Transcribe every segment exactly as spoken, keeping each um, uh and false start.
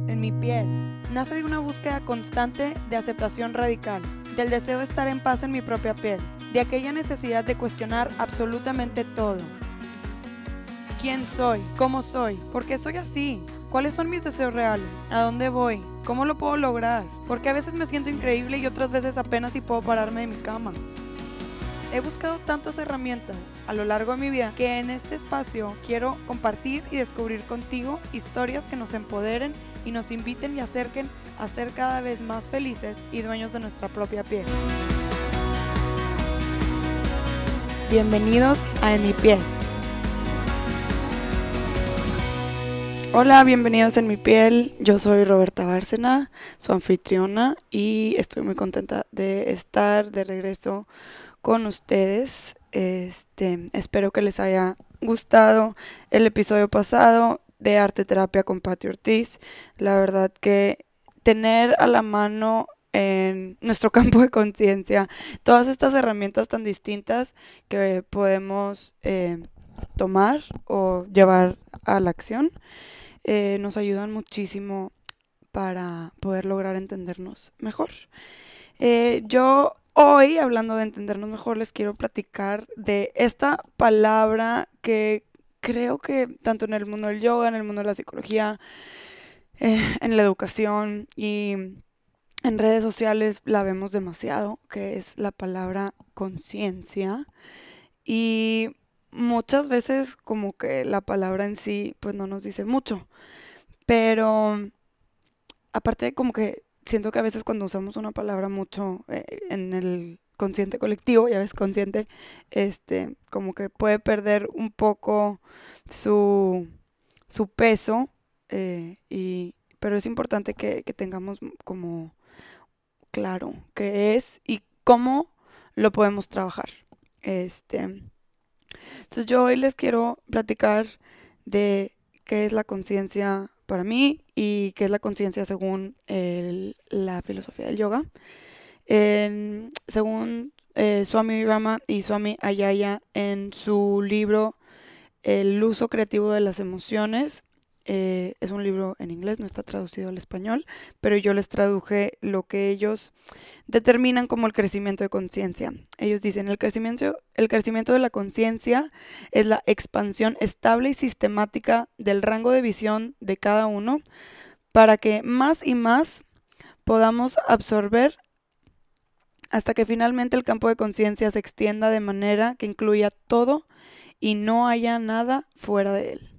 en mi piel, nace de una búsqueda constante de aceptación radical, del deseo de estar en paz en mi propia piel, de aquella necesidad de cuestionar absolutamente todo. ¿Quién soy? ¿Cómo soy? ¿Por qué soy así? ¿Cuáles son mis deseos reales? ¿A dónde voy? ¿Cómo lo puedo lograr? Porque a veces me siento increíble y otras veces apenas si puedo pararme de mi cama. He buscado tantas herramientas a lo largo de mi vida que en este espacio quiero compartir y descubrir contigo historias que nos empoderen y nos inviten y acerquen a ser cada vez más felices y dueños de nuestra propia piel. Bienvenidos a En mi piel. Hola, bienvenidos en mi piel. Yo soy Roberta Bárcena, su anfitriona, y estoy muy contenta de estar de regreso con ustedes. Este, espero que les haya gustado el episodio pasado de Arte Terapia con Patti Ortiz. La verdad que tener a la mano en nuestro campo de conciencia todas estas herramientas tan distintas que podemos eh, tomar o llevar a la acción eh, nos ayudan muchísimo para poder lograr entendernos mejor. Eh, yo hoy, hablando de entendernos mejor, les quiero platicar de esta palabra que creo que tanto en el mundo del yoga, en el mundo de la psicología, eh, en la educación y en redes sociales la vemos demasiado, que es la palabra conciencia. Y muchas veces como que la palabra en sí pues no nos dice mucho, pero aparte como que siento que a veces cuando usamos una palabra mucho eh, en el consciente colectivo, ya ves, consciente, este, como que puede perder un poco su, su peso, eh, y, pero es importante que, que tengamos como claro qué es y cómo lo podemos trabajar. Este, entonces yo hoy les quiero platicar de qué es la conciencia para mí y qué es la conciencia según el, la filosofía del yoga. En, según eh, Swami Vivekananda y Swami Ayaya en su libro El uso creativo de las emociones, eh, es un libro en inglés, no está traducido al español, pero yo les traduje lo que ellos determinan como el crecimiento de conciencia. Ellos dicen, el crecimiento, el crecimiento de la conciencia es la expansión estable y sistemática del rango de visión de cada uno para que más y más podamos absorber hasta que finalmente el campo de conciencia se extienda de manera que incluya todo y no haya nada fuera de él.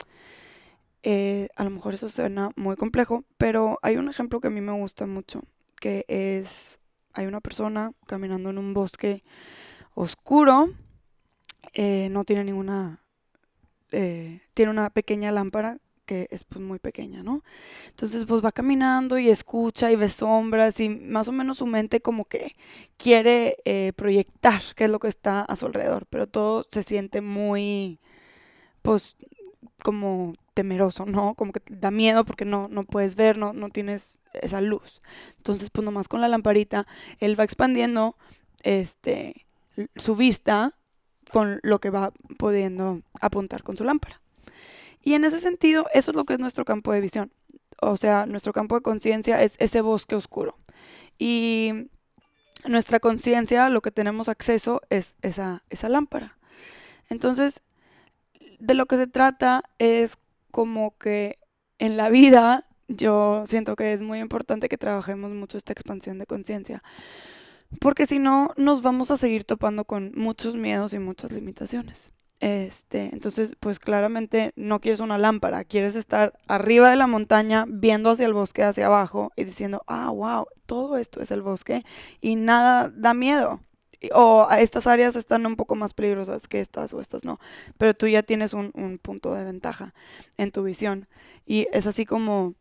Eh, a lo mejor eso suena muy complejo, pero hay un ejemplo que a mí me gusta mucho, que es, hay una persona caminando en un bosque oscuro, eh, no tiene ninguna, eh, tiene una pequeña lámpara que es pues muy pequeña, ¿no? Entonces pues va caminando y escucha y ve sombras y más o menos su mente como que quiere eh, proyectar qué es lo que está a su alrededor, pero todo se siente muy, pues, como temeroso, ¿no? Como que te da miedo porque no, no puedes ver, no, no tienes esa luz. Entonces, pues nomás con la lamparita, él va expandiendo este, su vista con lo que va pudiendo apuntar con su lámpara. Y en ese sentido, eso es lo que es nuestro campo de visión. O sea, nuestro campo de conciencia es ese bosque oscuro. Y nuestra conciencia, lo que tenemos acceso es esa, esa lámpara. Entonces, de lo que se trata es como que en la vida yo siento que es muy importante que trabajemos mucho esta expansión de conciencia, porque si no nos vamos a seguir topando con muchos miedos y muchas limitaciones. Este, entonces, pues claramente no quieres una lámpara, quieres estar arriba de la montaña viendo hacia el bosque, hacia abajo y diciendo, ah, wow, todo esto es el bosque y nada da miedo. O estas áreas están un poco más peligrosas que estas o estas no, pero tú ya tienes un, un punto de ventaja en tu visión y es así como,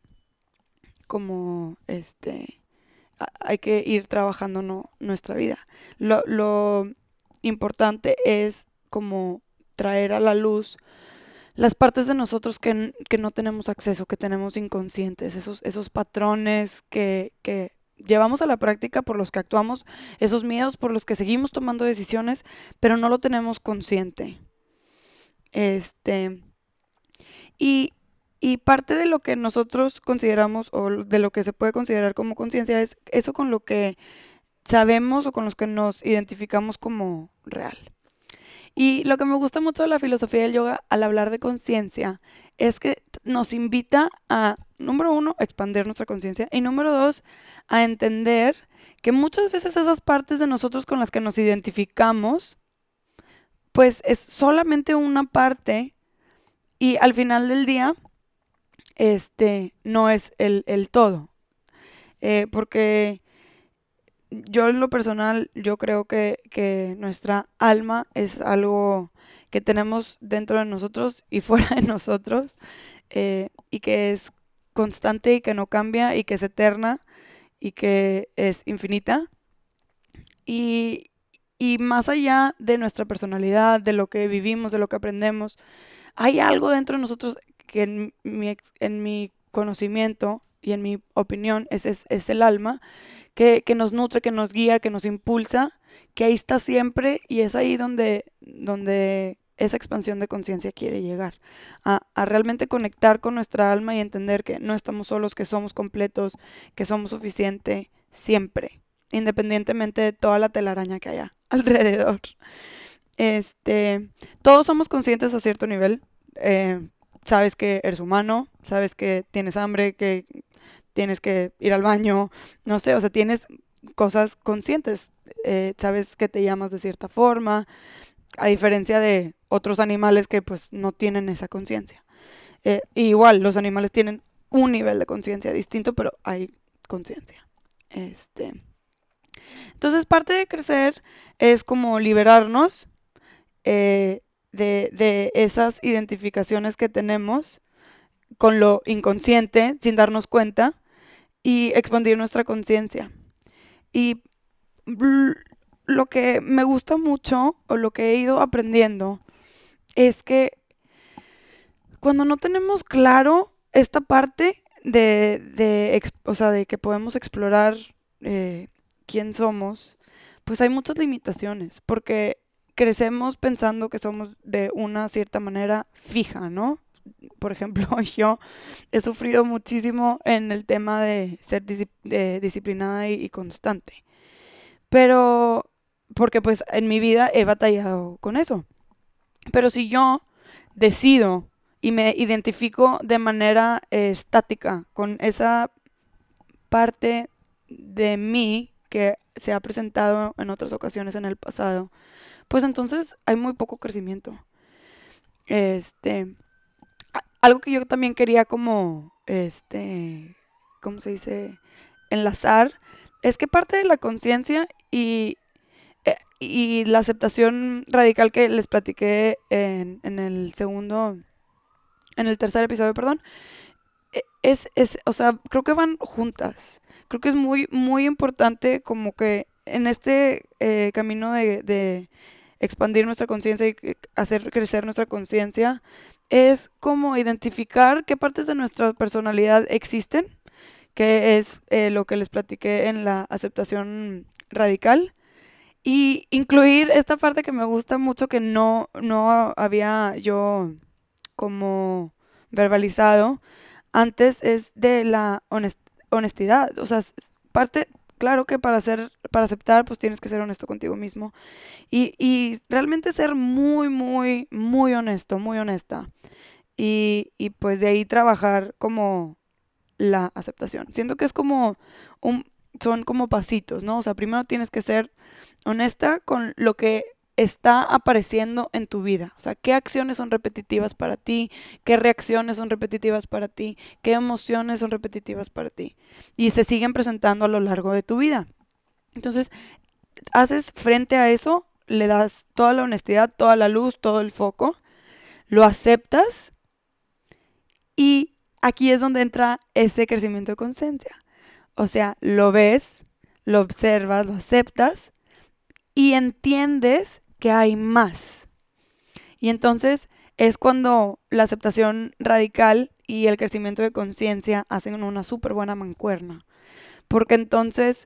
como este, hay que ir trabajando no, nuestra vida. Lo, lo importante es como traer a la luz las partes de nosotros que, que no tenemos acceso, que tenemos inconscientes, esos, esos patrones que, que llevamos a la práctica, por los que actuamos, esos miedos por los que seguimos tomando decisiones, pero no lo tenemos consciente. Este, y Y parte de lo que nosotros consideramos o de lo que se puede considerar como conciencia es eso con lo que sabemos o con los que nos identificamos como real. Y lo que me gusta mucho de la filosofía del yoga al hablar de conciencia es que nos invita a, número uno, expandir nuestra conciencia y número dos, a entender que muchas veces esas partes de nosotros con las que nos identificamos, pues es solamente una parte y al final del día, este, no es el, el todo. Eh, porque yo en lo personal, yo creo que, que nuestra alma es algo que tenemos dentro de nosotros y fuera de nosotros, eh, y que es constante y que no cambia y que es eterna y que es infinita. Y, y más allá de nuestra personalidad, de lo que vivimos, de lo que aprendemos, hay algo dentro de nosotros que en mi, ex- en mi conocimiento y en mi opinión es, es, es el alma, que, que nos nutre, que nos guía, que nos impulsa, que ahí está siempre y es ahí donde, donde esa expansión de conciencia quiere llegar, a, a realmente conectar con nuestra alma y entender que no estamos solos, que somos completos, que somos suficiente siempre, independientemente de toda la telaraña que haya alrededor. Este, todos somos conscientes a cierto nivel. eh, sabes que eres humano, sabes que tienes hambre, que tienes que ir al baño, no sé, o sea, tienes cosas conscientes, eh, sabes que te llamas de cierta forma, a diferencia de otros animales que pues no tienen esa conciencia. Eh, igual, los animales tienen un nivel de conciencia distinto, pero hay conciencia. Este. Entonces, parte de crecer es como liberarnos eh, de, de esas identificaciones que tenemos con lo inconsciente sin darnos cuenta y expandir nuestra conciencia. Y lo que me gusta mucho o lo que he ido aprendiendo es que cuando no tenemos claro esta parte de, de, o sea, de que podemos explorar eh, quién somos, pues hay muchas limitaciones, porque crecemos pensando que somos de una cierta manera fija, ¿no? Por ejemplo, yo he sufrido muchísimo en el tema de ser disci- de disciplinada y, y constante. Pero, porque pues en mi vida he batallado con eso. Pero si yo decido y me identifico de manera eh, estática con esa parte de mí que se ha presentado en otras ocasiones en el pasado, pues entonces hay muy poco crecimiento. Este, algo que yo también quería como, este, ¿cómo se dice? Enlazar, es que parte de la conciencia y, eh, y la aceptación radical que les platiqué en, en el segundo, en el tercer episodio, perdón, e- es, es, o sea, creo que van juntas. Creo que es muy, muy importante como que en este eh, camino de, de expandir nuestra conciencia y eh, hacer crecer nuestra conciencia, es como identificar qué partes de nuestra personalidad existen, que es eh, lo que les platiqué en la aceptación radical, y incluir esta parte que me gusta mucho que no, no había yo como verbalizado antes, es de la honest- honestidad. O sea, es parte, claro que para ser, para aceptar, pues tienes que ser honesto contigo mismo. Y, y realmente ser muy, muy, muy honesto, muy honesta. Y, y pues de ahí trabajar como la aceptación. Siento que es como un, son como pasitos, ¿no? O sea, primero tienes que ser honesta con lo que está apareciendo en tu vida. O sea, qué acciones son repetitivas para ti, qué reacciones son repetitivas para ti, qué emociones son repetitivas para ti. Y se siguen presentando a lo largo de tu vida. Entonces, haces frente a eso, le das toda la honestidad, toda la luz, todo el foco, lo aceptas y aquí es donde entra ese crecimiento de conciencia. O sea, lo ves, lo observas, lo aceptas y entiendes que hay más. Y entonces es cuando la aceptación radical y el crecimiento de conciencia hacen una súper buena mancuerna. Porque entonces,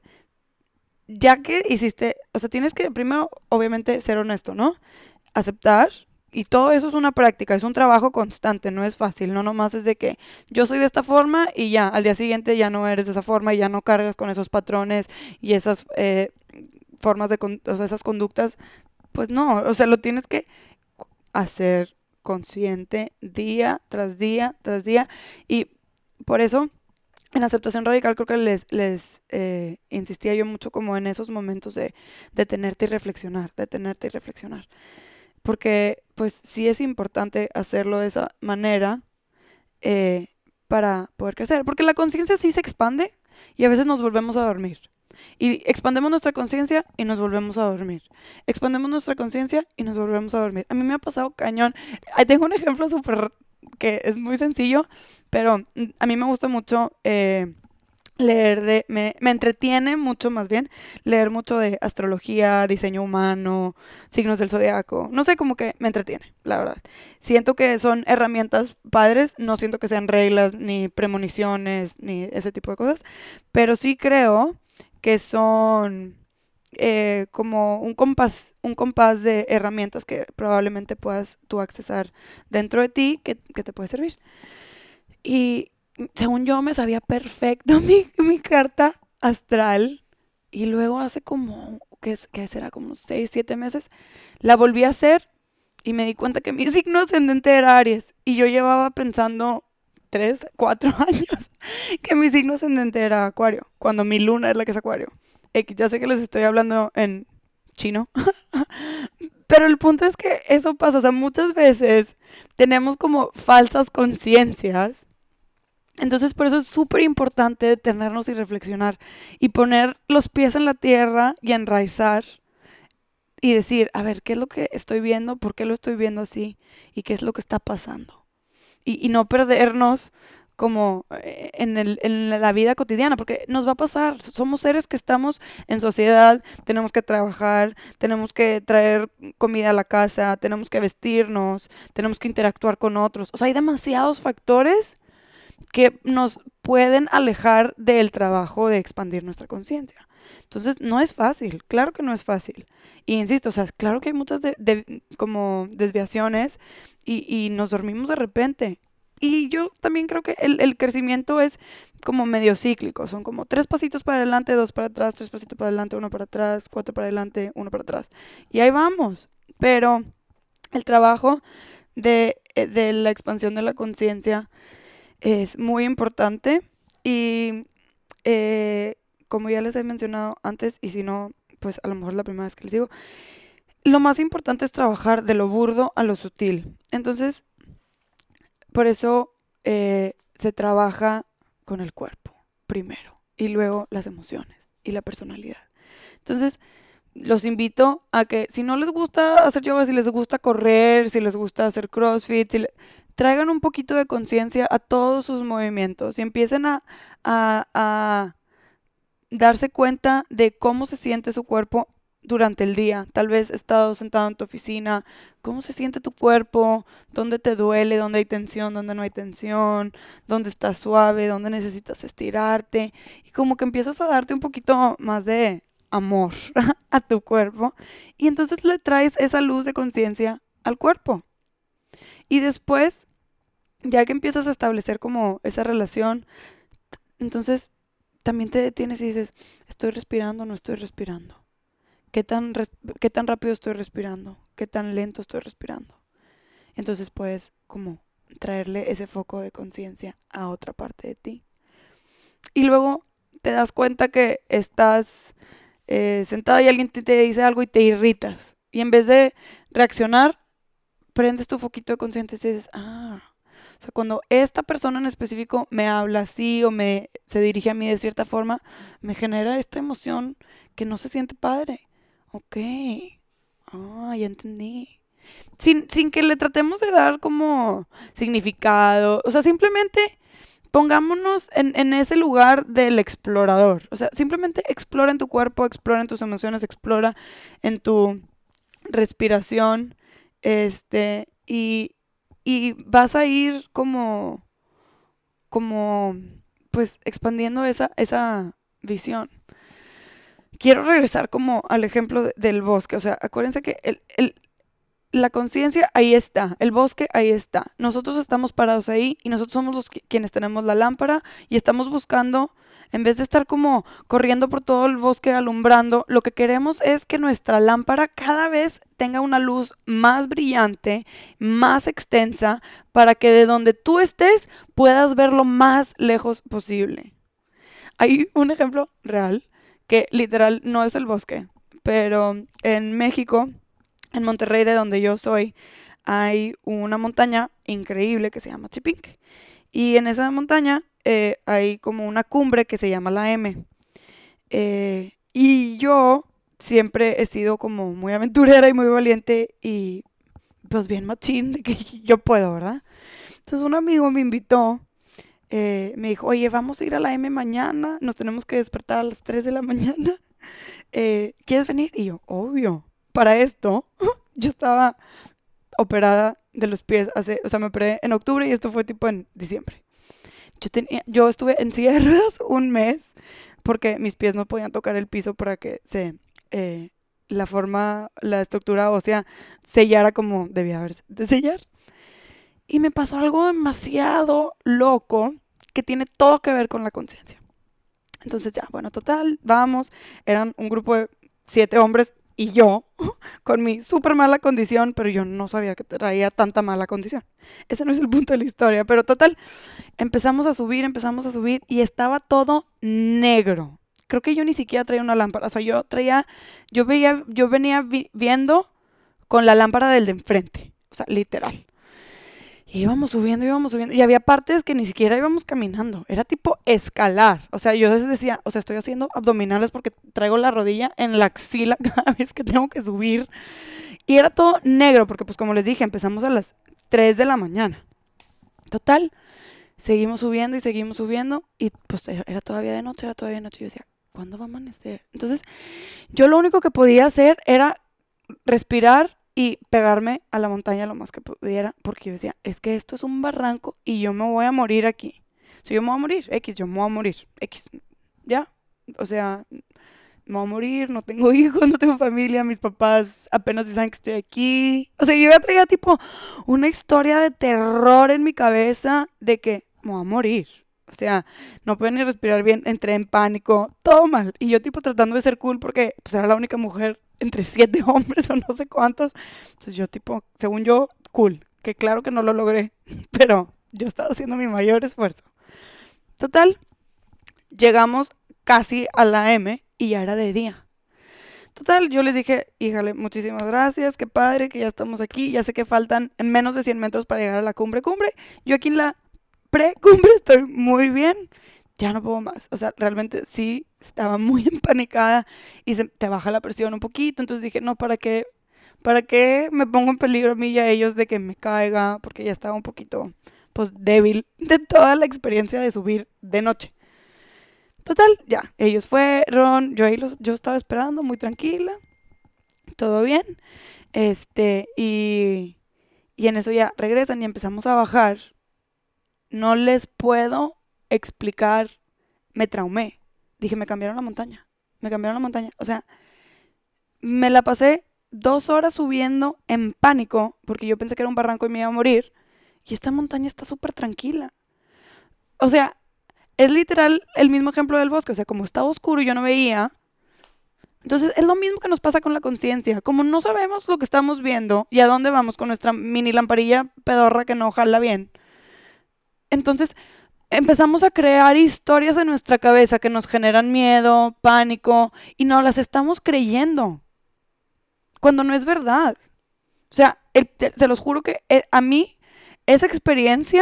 ya que hiciste, o sea, tienes que primero, obviamente, ser honesto, ¿no? Aceptar Y todo eso es una práctica, es un trabajo constante, no es fácil, no nomás es de que yo soy de esta forma y ya, al día siguiente ya no eres de esa forma y ya no cargas con esos patrones y esas eh, formas de, con- o sea, esas conductas. Pues no, o sea, lo tienes que hacer consciente día tras día tras día. Y por eso en aceptación radical creo que les, les eh, insistía yo mucho como en esos momentos de detenerte y reflexionar, detenerte y reflexionar. Porque pues sí es importante hacerlo de esa manera eh, para poder crecer. Porque la conciencia sí se expande y a veces nos volvemos a dormir. Y expandemos nuestra conciencia y nos volvemos a dormir. Expandemos nuestra conciencia y nos volvemos a dormir. A mí me ha pasado cañón. Ahí tengo un ejemplo súper que es muy sencillo, pero mm, a mí me gusta mucho eh, leer de, me, me entretiene mucho más bien leer mucho de astrología, diseño humano, signos del zodiaco. No sé, como que me entretiene, la verdad. Siento que son herramientas padres, no siento que sean reglas, ni premoniciones, ni ese tipo de cosas, pero sí creo que son eh, como un compás, un compás de herramientas que probablemente puedas tú accesar dentro de ti que, que te puede servir. Y según yo me sabía perfecto mi, mi carta astral. Y luego hace como, ¿qué, es, qué será? Como unos seis, siete meses, la volví a hacer y me di cuenta que mi signo ascendente era Aries. Y yo llevaba pensando tres, cuatro años que mi signo ascendente era Acuario, cuando mi luna es la que es Acuario. X, ya sé que les estoy hablando en chino, pero el punto es que eso pasa, o sea, muchas veces tenemos como falsas conciencias. Entonces, por eso es súper importante detenernos y reflexionar y poner los pies en la tierra y enraizar y decir, a ver, ¿qué es lo que estoy viendo? ¿Por qué lo estoy viendo así? ¿Y qué es lo que está pasando? Y, y no perdernos como eh, en, el, en la vida cotidiana, porque nos va a pasar. Somos seres que estamos en sociedad, tenemos que trabajar, tenemos que traer comida a la casa, tenemos que vestirnos, tenemos que interactuar con otros. O sea, hay demasiados factores que nos pueden alejar del trabajo de expandir nuestra conciencia. Entonces, no es fácil, claro que no es fácil. Y insisto, o sea, claro que hay muchas de, de- como desviaciones y, y nos dormimos de repente. Y yo también creo que el, el crecimiento es como medio cíclico, son como tres pasitos para adelante, dos para atrás, tres pasitos para adelante, uno para atrás, cuatro para adelante, uno para atrás. Y ahí vamos. Pero el trabajo de, eh, de la expansión de la conciencia es muy importante y eh, como ya les he mencionado antes, y si no, pues a lo mejor es la primera vez que les digo, lo más importante es trabajar de lo burdo a lo sutil. Entonces, por eso eh, se trabaja con el cuerpo primero y luego las emociones y la personalidad. Entonces, los invito a que si no les gusta hacer yoga, si les gusta correr, si les gusta hacer CrossFit, si le- traigan un poquito de conciencia a todos sus movimientos y empiecen a, a, a darse cuenta de cómo se siente su cuerpo durante el día. Tal vez estado sentado en tu oficina, cómo se siente tu cuerpo, dónde te duele, dónde hay tensión, dónde no hay tensión, dónde estás suave, dónde necesitas estirarte. Y como que empiezas a darte un poquito más de amor a tu cuerpo. Y entonces le traes esa luz de conciencia al cuerpo. Y después, ya que empiezas a establecer como esa relación, entonces también te detienes y dices, ¿estoy respirando o no estoy respirando? ¿Qué tan, res- qué tan rápido estoy respirando? ¿Qué tan lento estoy respirando? Entonces puedes como traerle ese foco de conciencia a otra parte de ti. Y luego te das cuenta que estás eh, sentado y alguien te, te dice algo y te irritas. Y en vez de reaccionar, prendes tu foquito de conciencia y dices, ah, o sea, cuando esta persona en específico me habla así o me se dirige a mí de cierta forma, me genera esta emoción que no se siente padre. Ok, ah, ya entendí. Sin, sin que le tratemos de dar como significado, o sea, simplemente pongámonos en, en ese lugar del explorador. O sea, simplemente explora en tu cuerpo, explora en tus emociones, explora en tu respiración, este, y, y vas a ir como, como, pues, expandiendo esa, esa visión. Quiero regresar como al ejemplo de- del bosque, o sea, acuérdense que el, el- la conciencia ahí está, el bosque ahí está. Nosotros estamos parados ahí y nosotros somos los que, quienes tenemos la lámpara y estamos buscando, en vez de estar como corriendo por todo el bosque alumbrando, lo que queremos es que nuestra lámpara cada vez tenga una luz más brillante, más extensa, para que de donde tú estés puedas ver lo más lejos posible. Hay un ejemplo real que literal no es el bosque, pero en México, en Monterrey, de donde yo soy, hay una montaña increíble que se llama Chipinque. Y en esa montaña eh, hay como una cumbre que se llama la M. Eh, y yo siempre he sido como muy aventurera y muy valiente y pues bien machín de que yo puedo, ¿verdad? Entonces un amigo me invitó, eh, me dijo, oye, vamos a ir a la M mañana, nos tenemos que despertar a las tres de la mañana. Eh, ¿quieres venir? Y yo, obvio. Para esto, yo estaba operada de los pies hace, o sea, me operé en octubre y esto fue tipo en diciembre. Yo, tenía, yo estuve en silla de ruedas un mes porque mis pies no podían tocar el piso para que se, eh, la forma, la estructura ósea sellara como debía haberse de sellar. Y me pasó algo demasiado loco que tiene todo que ver con la conciencia. Entonces ya, bueno, total, vamos. Eran un grupo de siete hombres y yo, con mi súper mala condición, pero yo no sabía que traía tanta mala condición. Ese no es el punto de la historia, pero total, empezamos a subir, empezamos a subir y estaba todo negro. Creo que yo ni siquiera traía una lámpara, o sea, yo traía, yo veía, yo venía vi- viendo con la lámpara del de enfrente, o sea, literal. Y íbamos subiendo, íbamos subiendo. Y había partes que ni siquiera íbamos caminando. Era tipo escalar. O sea, yo decía, o sea, estoy haciendo abdominales porque traigo la rodilla en la axila cada vez que tengo que subir. Y era todo negro porque, pues como les dije, empezamos a las tres de la mañana. Total, seguimos subiendo y seguimos subiendo. Y pues era todavía de noche, era todavía de noche. Y yo decía, ¿cuándo va a amanecer? Entonces, yo lo único que podía hacer era respirar y pegarme a la montaña lo más que pudiera, porque yo decía, es que esto es un barranco y yo me voy a morir aquí. Si yo me voy a morir, X, yo me voy a morir, X, ya. O sea, me voy a morir, no tengo hijos, no tengo familia, mis papás apenas saben que estoy aquí. O sea, yo ya traía tipo una historia de terror en mi cabeza de que me voy a morir. O sea, no puedo ni respirar bien, entré en pánico, todo mal. Y yo tipo tratando de ser cool porque pues era la única mujer entre siete hombres o no sé cuántos. Entonces yo tipo, según yo, cool. Que claro que no lo logré, pero yo estaba haciendo mi mayor esfuerzo. Total, llegamos casi a la M y ya era de día. Total, yo les dije, híjale, muchísimas gracias, qué padre que ya estamos aquí. Ya sé que faltan en menos de cien metros para llegar a la cumbre. Cumbre, yo aquí en la pre-cumbre estoy muy bien, ya no puedo más. O sea, realmente sí estaba muy empanicada y se te baja la presión un poquito. Entonces dije, no, ¿para qué? ¿Para qué me pongo en peligro a mí y a ellos de que me caiga? Porque ya estaba un poquito, pues, débil de toda la experiencia de subir de noche. Total, ya, ellos fueron, yo ahí los, yo estaba esperando muy tranquila, todo bien. Este, y, y en eso ya regresan y empezamos a bajar. No les puedo explicar, me traumé. Dije, me cambiaron la montaña, me cambiaron la montaña. O sea, me la pasé dos horas subiendo en pánico porque yo pensé que era un barranco y me iba a morir. Y esta montaña está súper tranquila. O sea, es literal el mismo ejemplo del bosque. O sea, como estaba oscuro y yo no veía. Entonces es lo mismo que nos pasa con la conciencia. Como no sabemos lo que estamos viendo y a dónde vamos con nuestra mini lamparilla pedorra que no jala bien. Entonces empezamos a crear historias en nuestra cabeza que nos generan miedo, pánico, y no las estamos creyendo, cuando no es verdad. O sea, el, te, se los juro que eh, a mí esa experiencia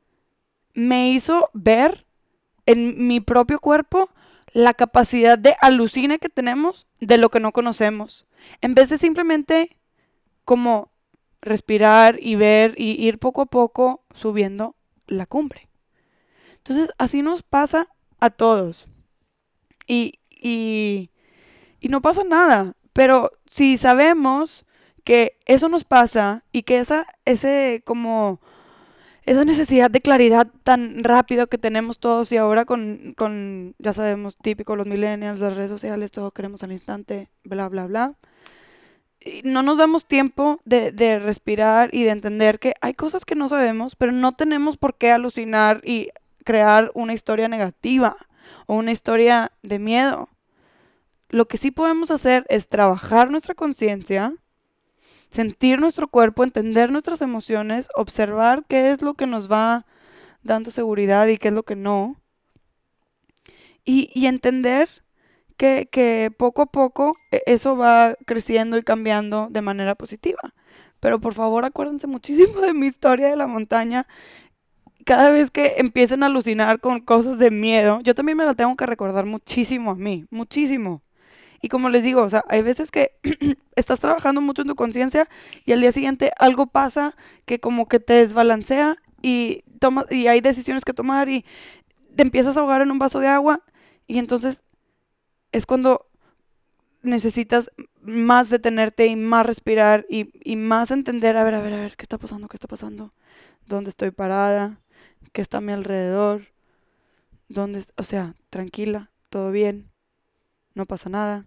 me hizo ver en mi propio cuerpo la capacidad de alucine que tenemos de lo que no conocemos. En vez de simplemente como respirar y ver y ir poco a poco subiendo la cumbre. Entonces, así nos pasa a todos. Y, y, y no pasa nada. Pero si sabemos que eso nos pasa y que esa, ese como esa necesidad de claridad tan rápida que tenemos todos y ahora con, con ya sabemos, típico, los millennials, las redes sociales, todo queremos al instante, bla, bla, bla. y no nos damos tiempo de, de respirar y de entender que hay cosas que no sabemos, pero no tenemos por qué alucinar y crear una historia negativa o una historia de miedo. Lo que sí podemos hacer es trabajar nuestra conciencia, sentir nuestro cuerpo, entender nuestras emociones, observar qué es lo que nos va dando seguridad y qué es lo que no. Y, y entender que, que poco a poco e- eso va creciendo y cambiando de manera positiva. Pero por favor acuérdense muchísimo de mi historia de la montaña. Cada vez que empiecen a alucinar con cosas de miedo, yo también me la tengo que recordar muchísimo a mí, muchísimo. Y como les digo, o sea, hay veces que estás trabajando mucho en tu conciencia y al día siguiente algo pasa que como que te desbalancea y, toma, y hay decisiones que tomar y te empiezas a ahogar en un vaso de agua y entonces es cuando necesitas más detenerte y más respirar y, y más entender, a ver, a ver, a ver, ¿qué está pasando? ¿Qué está pasando? ¿Dónde estoy parada? ¿Qué está a mi alrededor? ¿Dónde? O sea, tranquila, todo bien, no pasa nada.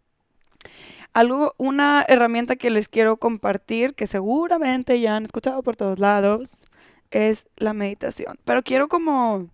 Algo, una herramienta que les quiero compartir, que seguramente ya han escuchado por todos lados, es la meditación. Pero quiero como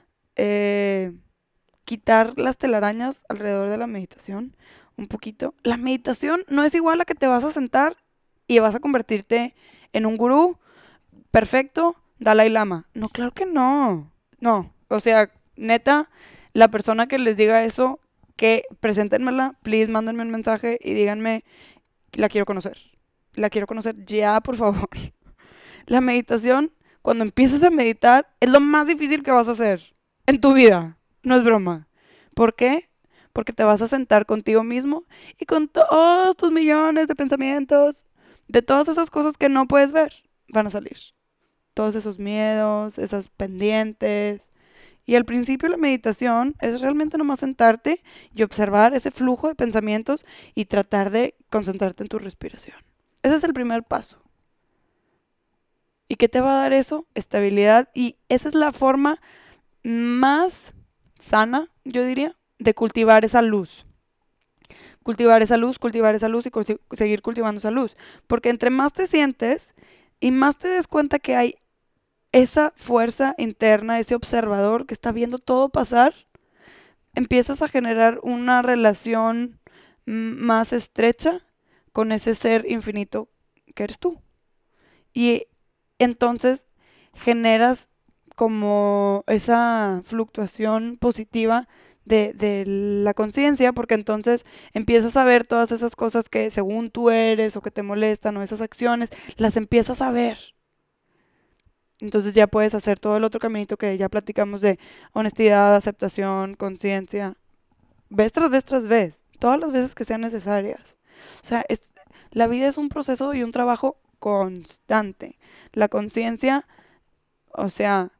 eh, quitar las telarañas alrededor de la meditación un poquito. La meditación no es igual a que te vas a sentar y vas a convertirte en un gurú perfecto, Dalai Lama. No, claro que no. No, o sea, neta, la persona que les diga eso, que preséntenmela, please, mándenme un mensaje y díganme, la quiero conocer. La quiero conocer ya, por favor. La meditación, cuando empiezas a meditar, es lo más difícil que vas a hacer en tu vida. No es broma. ¿Por qué? Porque te vas a sentar contigo mismo y con todos tus millones de pensamientos, de todas esas cosas que no puedes ver, van a salir. Todos esos miedos, esas pendientes. Y al principio la meditación es realmente nomás sentarte y observar ese flujo de pensamientos y tratar de concentrarte en tu respiración. Ese es el primer paso. ¿Y qué te va a dar eso? Estabilidad. Y esa es la forma más sana, yo diría, de cultivar esa luz. Cultivar esa luz, cultivar esa luz y culti- seguir cultivando esa luz. Porque entre más te sientes y más te des cuenta que hay esa fuerza interna, ese observador que está viendo todo pasar, empiezas a generar una relación mm, más estrecha con ese ser infinito que eres tú. Y entonces generas como esa fluctuación positiva de, de la conciencia, porque entonces empiezas a ver todas esas cosas que según tú eres o que te molestan o esas acciones, las empiezas a ver. Entonces ya puedes hacer todo el otro caminito que ya platicamos de honestidad, aceptación, conciencia. Vez tras vez tras vez, todas las veces que sean necesarias. O sea, es, la vida es un proceso y un trabajo constante. La conciencia, o sea,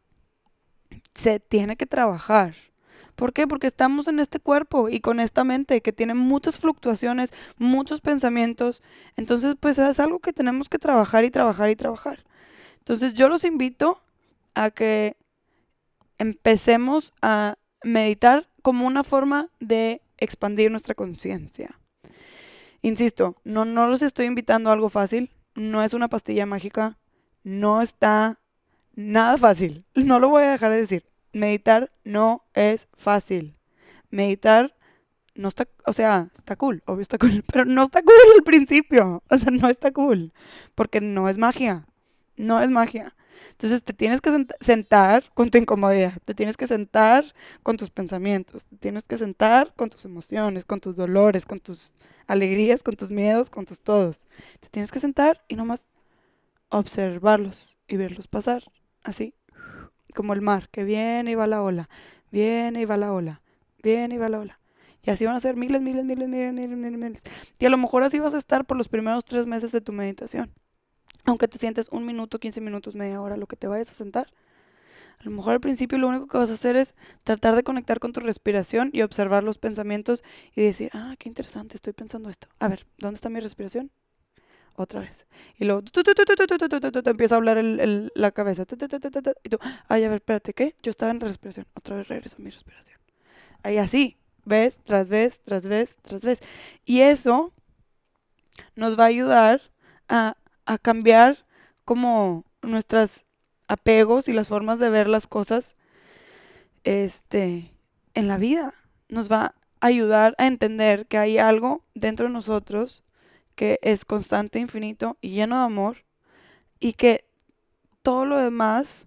se tiene que trabajar. ¿Por qué? Porque estamos en este cuerpo y con esta mente que tiene muchas fluctuaciones, muchos pensamientos. Entonces, pues es algo que tenemos que trabajar y trabajar y trabajar. Entonces, yo los invito a que empecemos a meditar como una forma de expandir nuestra conciencia. Insisto, no, no los estoy invitando a algo fácil, no es una pastilla mágica, no está nada fácil, no lo voy a dejar de decir. Meditar no es fácil. Meditar no está, o sea, está cool, obvio está cool, pero no está cool al principio, o sea, no está cool, porque no es magia, no es magia. Entonces te tienes que sent- sentar con tu incomodidad, te tienes que sentar con tus pensamientos, te tienes que sentar con tus emociones, con tus dolores, con tus alegrías, con tus miedos, con tus todos. Te tienes que sentar y nomás observarlos y verlos pasar, así, como el mar, que viene y va la ola, viene y va la ola, viene y va la ola. Y así van a ser miles, miles, miles, miles, miles, miles, miles. Y a lo mejor así vas a estar por los primeros tres meses de tu meditación. Aunque te sientes un minuto, quince minutos, media hora, lo que te vayas a sentar. A lo mejor al principio lo único que vas a hacer es tratar de conectar con tu respiración y observar los pensamientos y decir, ah, qué interesante, estoy pensando esto. A ver, ¿dónde está mi respiración? Otra vez. Y luego tu, tu, tu, tu, tu, tu, tu, tu, tu, te empieza a hablar el, el- la cabeza. Tu, tu, tu, tu, tu, tu, y tú, ay, a ver, espérate, ¿qué? Yo estaba en respiración. Otra vez regreso a mi respiración. Ahí así, vez tras vez, tras vez, tras vez. Y eso nos va a ayudar a, a cambiar como nuestros apegos y las formas de ver las cosas este, en la vida. Nos va a ayudar a entender que hay algo dentro de nosotros que es constante, infinito y lleno de amor, y que todo lo demás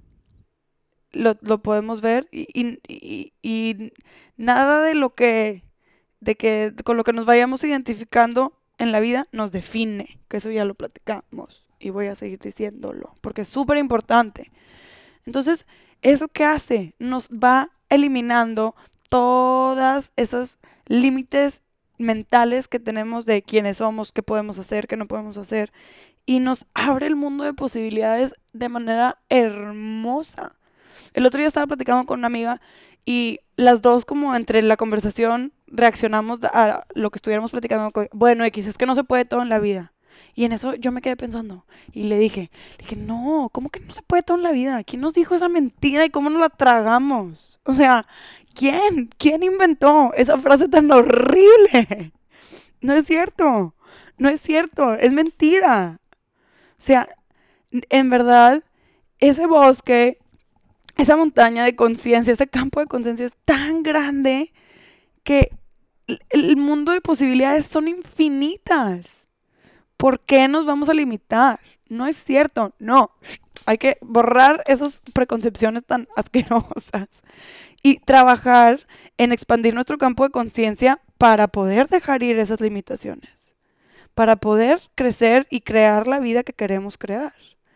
lo, lo podemos ver y, y, y, y nada de lo que, de que con lo que nos vayamos identificando en la vida nos define, que eso ya lo platicamos y voy a seguir diciéndolo porque es súper importante. Entonces, ¿eso qué hace? Nos va eliminando todas esas límites mentales que tenemos de quiénes somos, qué podemos hacer, qué no podemos hacer, y nos abre el mundo de posibilidades de manera hermosa. El otro día estaba platicando con una amiga y las dos, como entre la conversación, reaccionamos a lo que estuviéramos platicando. Bueno, X, es que no se puede todo en la vida. Y en eso yo me quedé pensando y le dije, le dije, no, ¿cómo que no se puede todo en la vida? ¿Quién nos dijo esa mentira y cómo nos la tragamos? O sea, ¿quién? ¿Quién inventó esa frase tan horrible? No es cierto, no es cierto, es mentira. O sea, en verdad, ese bosque, esa montaña de conciencia, ese campo de conciencia es tan grande que el mundo de posibilidades son infinitas. ¿Por qué nos vamos a limitar? No es cierto, no. Hay que borrar esas preconcepciones tan asquerosas y trabajar en expandir nuestro campo de conciencia para poder dejar ir esas limitaciones, para poder crecer y crear la vida que queremos crear.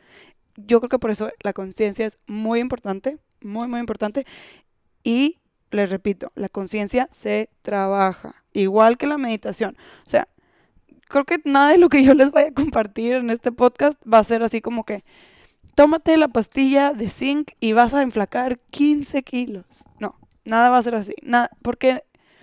Yo creo que por eso la conciencia es muy importante, muy, muy importante. Y les repito, la conciencia se trabaja, igual que la meditación. O sea, creo que nada de lo que yo les vaya a compartir en este podcast va a ser así como que tómate la pastilla de zinc y vas a enflacar quince kilos. No, nada va a ser así. Nada, porque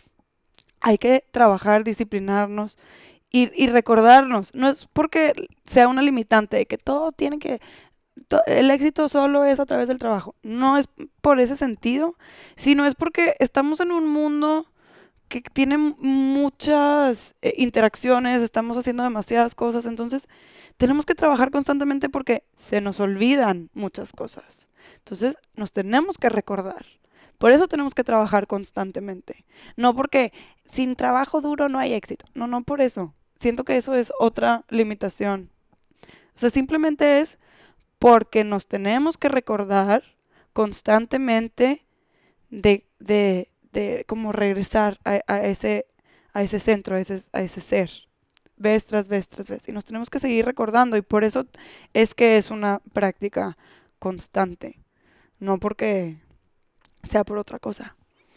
hay que trabajar, disciplinarnos y, y recordarnos. No es porque sea una limitante de que todo tiene que... To, el éxito solo es a través del trabajo. No es por ese sentido, sino es porque estamos en un mundo que tiene muchas eh, interacciones, estamos haciendo demasiadas cosas, entonces tenemos que trabajar constantemente porque se nos olvidan muchas cosas. Entonces nos tenemos que recordar. Por eso tenemos que trabajar constantemente. No porque sin trabajo duro no hay éxito. No, no por eso. Siento que eso es otra limitación. O sea, simplemente es porque nos tenemos que recordar constantemente de... de de como regresar a, a, ese, a ese centro, a ese, a ese ser, vez tras vez tras vez. Y nos tenemos que seguir recordando y por eso es que es una práctica constante, no porque sea por otra cosa.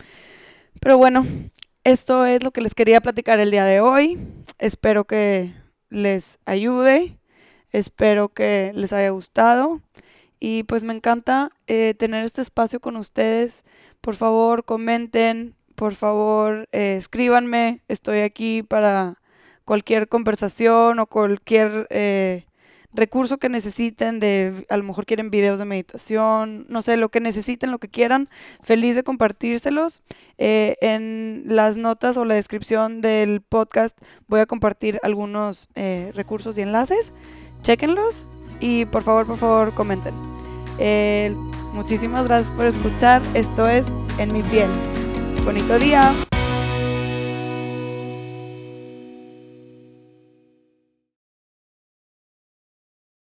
Pero bueno, esto es lo que les quería platicar el día de hoy. Espero que les ayude, espero que les haya gustado. Y pues me encanta eh, tener este espacio con ustedes. Por favor, comenten, por favor, eh, escríbanme. Estoy aquí para cualquier conversación o cualquier eh, recurso que necesiten. De, a lo mejor quieren videos de meditación, no sé, lo que necesiten, lo que quieran. Feliz de compartírselos. Eh, en las notas o la descripción del podcast voy a compartir algunos eh, recursos y enlaces. Chéquenlos. Y por favor, por favor, comenten. Eh, muchísimas gracias por escuchar. Esto es En Mi Piel. Bonito día.